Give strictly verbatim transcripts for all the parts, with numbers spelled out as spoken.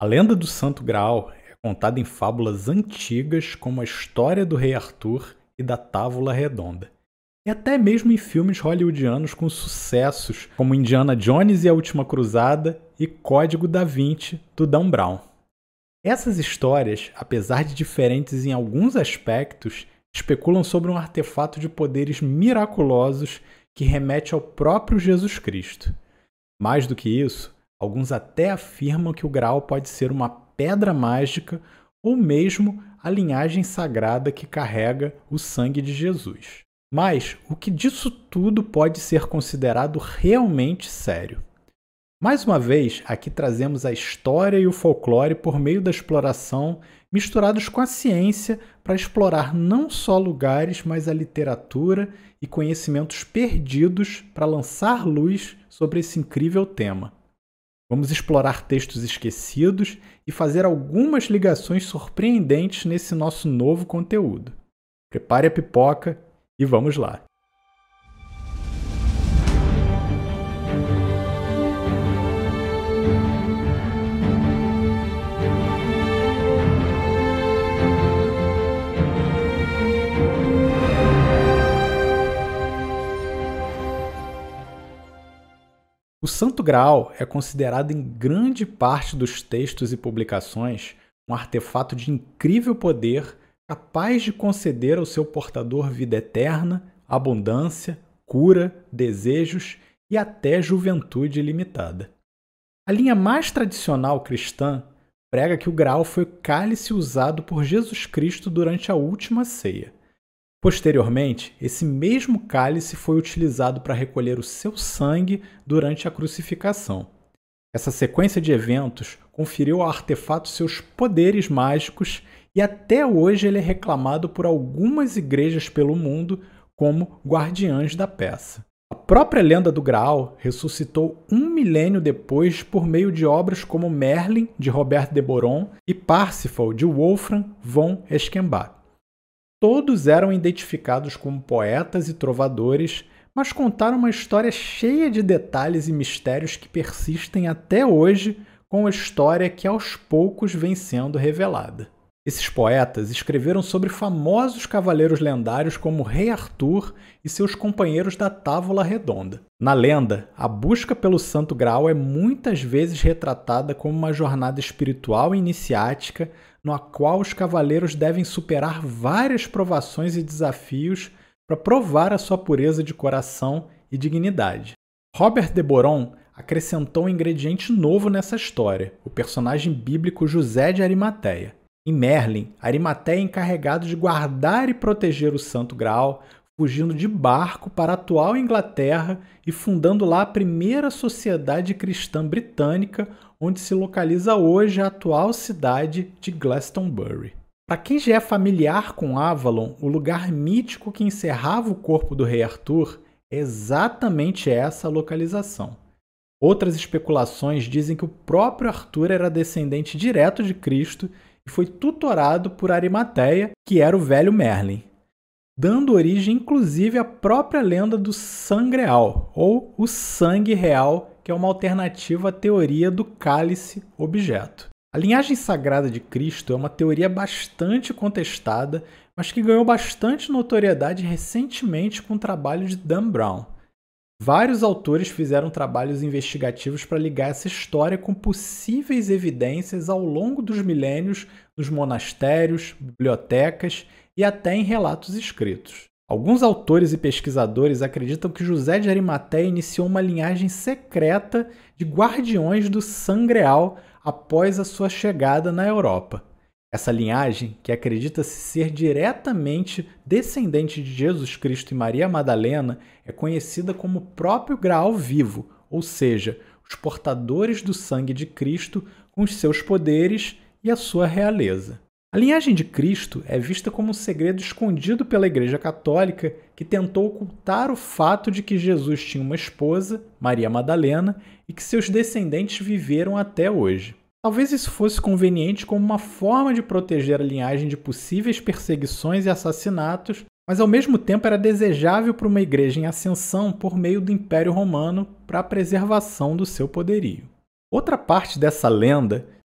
A lenda do Santo Graal é contada em fábulas antigas como a história do rei Arthur e da Távola Redonda. E até mesmo em filmes hollywoodianos com sucessos como Indiana Jones e a Última Cruzada e Código da Vinci, do Dan Brown. Essas histórias, apesar de diferentes em alguns aspectos, especulam sobre um artefato de poderes miraculosos que remete ao próprio Jesus Cristo. Mais do que isso, alguns até afirmam que o Graal pode ser uma pedra mágica ou mesmo a linhagem sagrada que carrega o sangue de Jesus. Mas o que disso tudo pode ser considerado realmente sério? Mais uma vez, aqui trazemos a história e o folclore por meio da exploração, misturados com a ciência, para explorar não só lugares, mas a literatura e conhecimentos perdidos para lançar luz sobre esse incrível tema. Vamos explorar textos esquecidos e fazer algumas ligações surpreendentes nesse nosso novo conteúdo. Prepare a pipoca e vamos lá! O Santo Graal é considerado em grande parte dos textos e publicações um artefato de incrível poder capaz de conceder ao seu portador vida eterna, abundância, cura, desejos e até juventude ilimitada. A linha mais tradicional cristã prega que o Graal foi o cálice usado por Jesus Cristo durante a última ceia. Posteriormente, esse mesmo cálice foi utilizado para recolher o seu sangue durante a crucificação. Essa sequência de eventos conferiu ao artefato seus poderes mágicos e até hoje ele é reclamado por algumas igrejas pelo mundo como guardiãs da peça. A própria lenda do Graal ressuscitou um milênio depois por meio de obras como Merlin, de Robert de Boron, e Parsifal, de Wolfram von Eschenbach. Todos eram identificados como poetas e trovadores, mas contaram uma história cheia de detalhes e mistérios que persistem até hoje com a história que aos poucos vem sendo revelada. Esses poetas escreveram sobre famosos cavaleiros lendários como o Rei Arthur e seus companheiros da Távola Redonda. Na lenda, a busca pelo Santo Graal é muitas vezes retratada como uma jornada espiritual e iniciática, na qual os cavaleiros devem superar várias provações e desafios para provar a sua pureza de coração e dignidade. Robert de Boron acrescentou um ingrediente novo nessa história, o personagem bíblico José de Arimateia. Em Merlin, Arimateia é encarregado de guardar e proteger o Santo Graal, fugindo de barco para a atual Inglaterra e fundando lá a primeira sociedade cristã britânica, onde se localiza hoje a atual cidade de Glastonbury. Para quem já é familiar com Avalon, o lugar mítico que encerrava o corpo do rei Arthur é exatamente essa localização. Outras especulações dizem que o próprio Arthur era descendente direto de Cristo e foi tutorado por Arimateia, que era o velho Merlin, dando origem inclusive à própria lenda do Sangreal, ou o sangue real, que é uma alternativa à teoria do cálice-objeto. A linhagem sagrada de Cristo é uma teoria bastante contestada, mas que ganhou bastante notoriedade recentemente com o trabalho de Dan Brown. Vários autores fizeram trabalhos investigativos para ligar essa história com possíveis evidências ao longo dos milênios nos monastérios, bibliotecas e até em relatos escritos. Alguns autores e pesquisadores acreditam que José de Arimateia iniciou uma linhagem secreta de guardiões do Sangreal após a sua chegada na Europa. Essa linhagem, que acredita-se ser diretamente descendente de Jesus Cristo e Maria Madalena, é conhecida como o próprio Graal vivo, ou seja, os portadores do sangue de Cristo com os seus poderes e a sua realeza. A linhagem de Cristo é vista como um segredo escondido pela Igreja Católica, que tentou ocultar o fato de que Jesus tinha uma esposa, Maria Madalena, e que seus descendentes viveram até hoje. Talvez isso fosse conveniente como uma forma de proteger a linhagem de possíveis perseguições e assassinatos, mas ao mesmo tempo era desejável para uma igreja em ascensão por meio do Império Romano para a preservação do seu poderio. Outra parte dessa lenda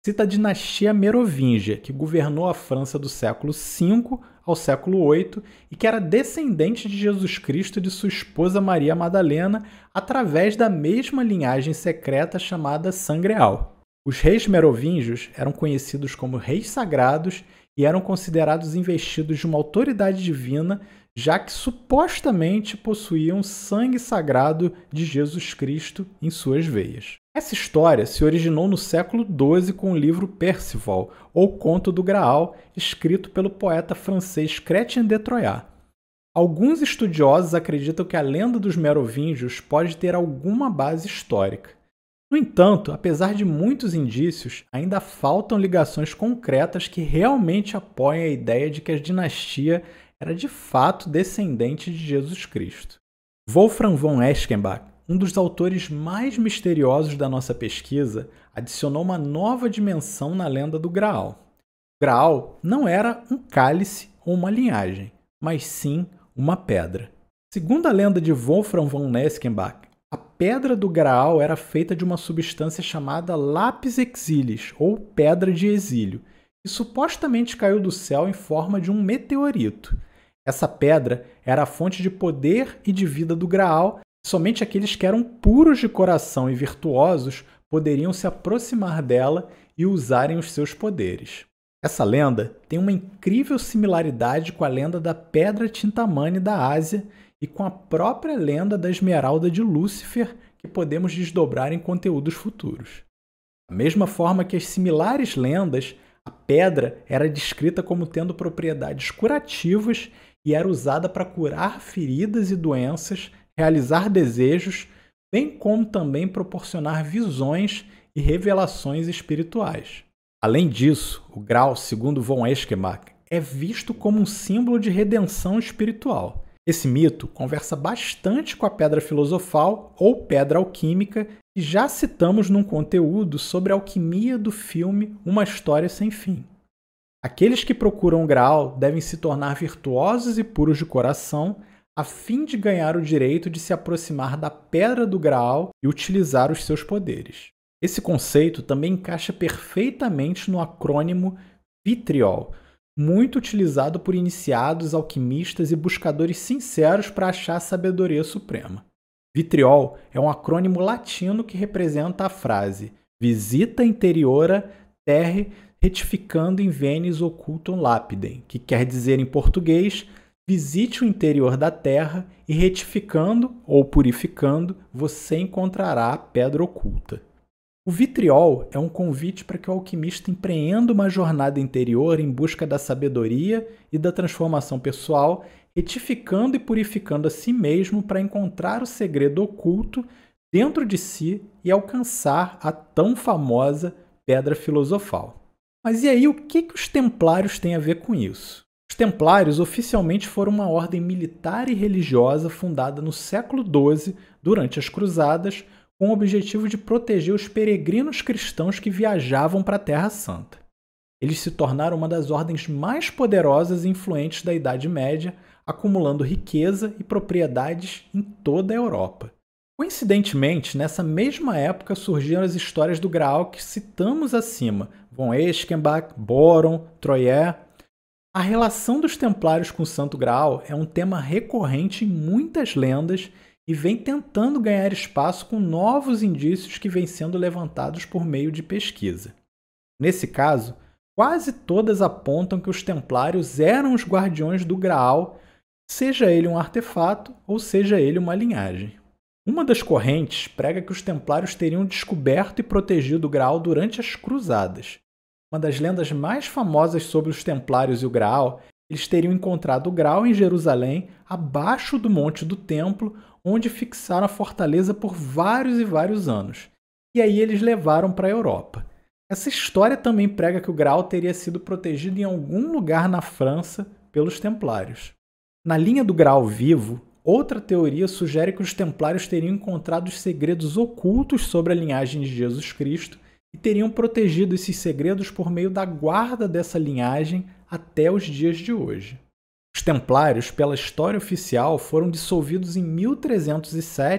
cita a dinastia Merovingia, que governou a França do século cinco ao século oito e que era descendente de Jesus Cristo e de sua esposa Maria Madalena através da mesma linhagem secreta chamada Sangreal. Os reis merovingios eram conhecidos como reis sagrados e eram considerados investidos de uma autoridade divina, já que supostamente possuíam sangue sagrado de Jesus Cristo em suas veias. Essa história se originou no século doze com o livro Percival, ou Conto do Graal, escrito pelo poeta francês Chrétien de Troyes. Alguns estudiosos acreditam que a lenda dos merovingios pode ter alguma base histórica. No entanto, apesar de muitos indícios, ainda faltam ligações concretas que realmente apoiem a ideia de que a dinastia era de fato descendente de Jesus Cristo. Wolfram von Eschenbach, um dos autores mais misteriosos da nossa pesquisa, adicionou uma nova dimensão na lenda do Graal. O Graal não era um cálice ou uma linhagem, mas sim uma pedra. Segundo a lenda de Wolfram von Eschenbach, a pedra do Graal era feita de uma substância chamada lapis exilis, ou pedra de exílio, que supostamente caiu do céu em forma de um meteorito. Essa pedra era a fonte de poder e de vida do Graal, e somente aqueles que eram puros de coração e virtuosos poderiam se aproximar dela e usarem os seus poderes. Essa lenda tem uma incrível similaridade com a lenda da Pedra Tintamani da Ásia e com a própria lenda da Esmeralda de Lúcifer, que podemos desdobrar em conteúdos futuros. Da mesma forma que as similares lendas, a pedra era descrita como tendo propriedades curativas e era usada para curar feridas e doenças, realizar desejos, bem como também proporcionar visões e revelações espirituais. Além disso, o Graal, segundo von Eschenbach, é visto como um símbolo de redenção espiritual. Esse mito conversa bastante com a pedra filosofal ou pedra alquímica que já citamos num conteúdo sobre a alquimia do filme Uma História Sem Fim. Aqueles que procuram o Graal devem se tornar virtuosos e puros de coração a fim de ganhar o direito de se aproximar da pedra do Graal e utilizar os seus poderes. Esse conceito também encaixa perfeitamente no acrônimo Vitriol, muito utilizado por iniciados, alquimistas e buscadores sinceros para achar a sabedoria suprema. Vitriol é um acrônimo latino que representa a frase Visita interiora terre retificando in venis occultum lapidem, que quer dizer em português, visite o interior da terra e retificando ou purificando, você encontrará a pedra oculta. O vitriol é um convite para que o alquimista empreenda uma jornada interior em busca da sabedoria e da transformação pessoal, retificando e purificando a si mesmo para encontrar o segredo oculto dentro de si e alcançar a tão famosa pedra filosofal. Mas e aí, o que, que os templários têm a ver com isso? Os templários oficialmente foram uma ordem militar e religiosa fundada no século doze, durante as Cruzadas, com o objetivo de proteger os peregrinos cristãos que viajavam para a Terra Santa. Eles se tornaram uma das ordens mais poderosas e influentes da Idade Média, acumulando riqueza e propriedades em toda a Europa. Coincidentemente, nessa mesma época surgiram as histórias do Graal que citamos acima, von Eschenbach, Boron, Troyes. A relação dos templários com o Santo Graal é um tema recorrente em muitas lendas e vem tentando ganhar espaço com novos indícios que vêm sendo levantados por meio de pesquisa. Nesse caso, quase todas apontam que os templários eram os guardiões do Graal, seja ele um artefato ou seja ele uma linhagem. Uma das correntes prega que os templários teriam descoberto e protegido o Graal durante as Cruzadas. Uma das lendas mais famosas sobre os templários e o Graal, eles teriam encontrado o Graal em Jerusalém, abaixo do Monte do Templo, onde fixaram a fortaleza por vários e vários anos. E aí eles levaram para a Europa. Essa história também prega que o Graal teria sido protegido em algum lugar na França pelos templários. Na linha do Graal vivo, outra teoria sugere que os templários teriam encontrado os segredos ocultos sobre a linhagem de Jesus Cristo e teriam protegido esses segredos por meio da guarda dessa linhagem até os dias de hoje. Os templários, pela história oficial, foram dissolvidos em mil trezentos e sete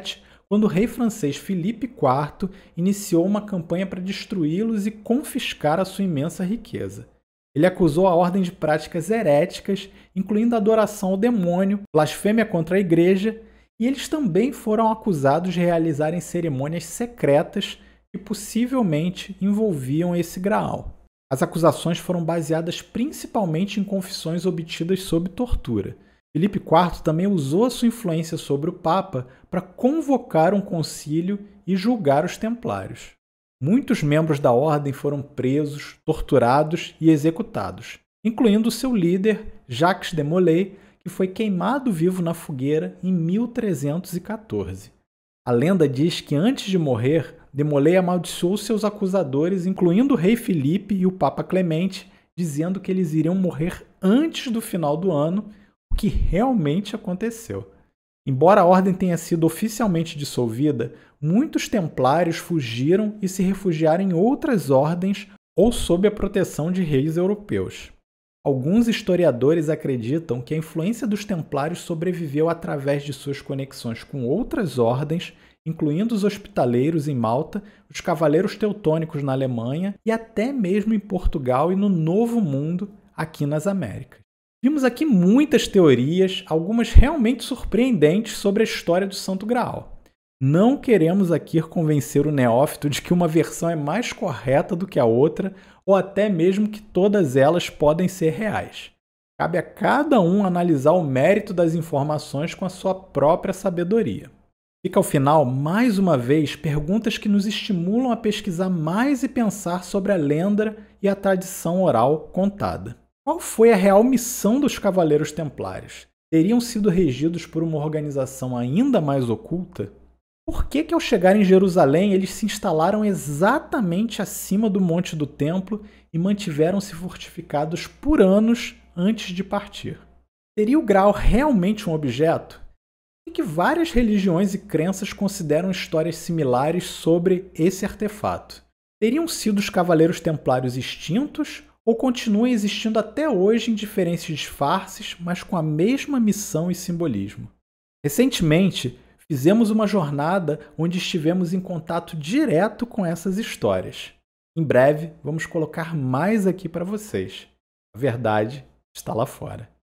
quando o rei francês Filipe quarto iniciou uma campanha para destruí-los e confiscar a sua imensa riqueza. Ele acusou a ordem de práticas heréticas, incluindo adoração ao demônio, blasfêmia contra a igreja, e eles também foram acusados de realizarem cerimônias secretas que possivelmente envolviam esse Graal. As acusações foram baseadas principalmente em confissões obtidas sob tortura. Filipe quarto também usou a sua influência sobre o Papa para convocar um concílio e julgar os templários. Muitos membros da ordem foram presos, torturados e executados, incluindo seu líder, Jacques de Molay, que foi queimado vivo na fogueira em mil trezentos e quatorze. A lenda diz que antes de morrer, de Molay amaldiçoou seus acusadores, incluindo o rei Filipe e o Papa Clemente, dizendo que eles iriam morrer antes do final do ano, o que realmente aconteceu. Embora a ordem tenha sido oficialmente dissolvida, muitos templários fugiram e se refugiaram em outras ordens ou sob a proteção de reis europeus. Alguns historiadores acreditam que a influência dos templários sobreviveu através de suas conexões com outras ordens, incluindo os hospitaleiros em Malta, os cavaleiros teutônicos na Alemanha e até mesmo em Portugal e no Novo Mundo, aqui nas Américas. Vimos aqui muitas teorias, algumas realmente surpreendentes sobre a história do Santo Graal. Não queremos aqui convencer o neófito de que uma versão é mais correta do que a outra, ou até mesmo que todas elas podem ser reais. Cabe a cada um analisar o mérito das informações com a sua própria sabedoria. Fica ao final, mais uma vez, perguntas que nos estimulam a pesquisar mais e pensar sobre a lenda e a tradição oral contada. Qual foi a real missão dos Cavaleiros Templários? Teriam sido regidos por uma organização ainda mais oculta? Por que que ao chegar em Jerusalém eles se instalaram exatamente acima do Monte do Templo e mantiveram-se fortificados por anos antes de partir? Seria o Graal realmente um objeto? E que várias religiões e crenças consideram histórias similares sobre esse artefato. Teriam sido os Cavaleiros Templários extintos ou continuam existindo até hoje em diferentes disfarces, mas com a mesma missão e simbolismo? Recentemente, fizemos uma jornada onde estivemos em contato direto com essas histórias. Em breve, vamos colocar mais aqui para vocês. A verdade está lá fora.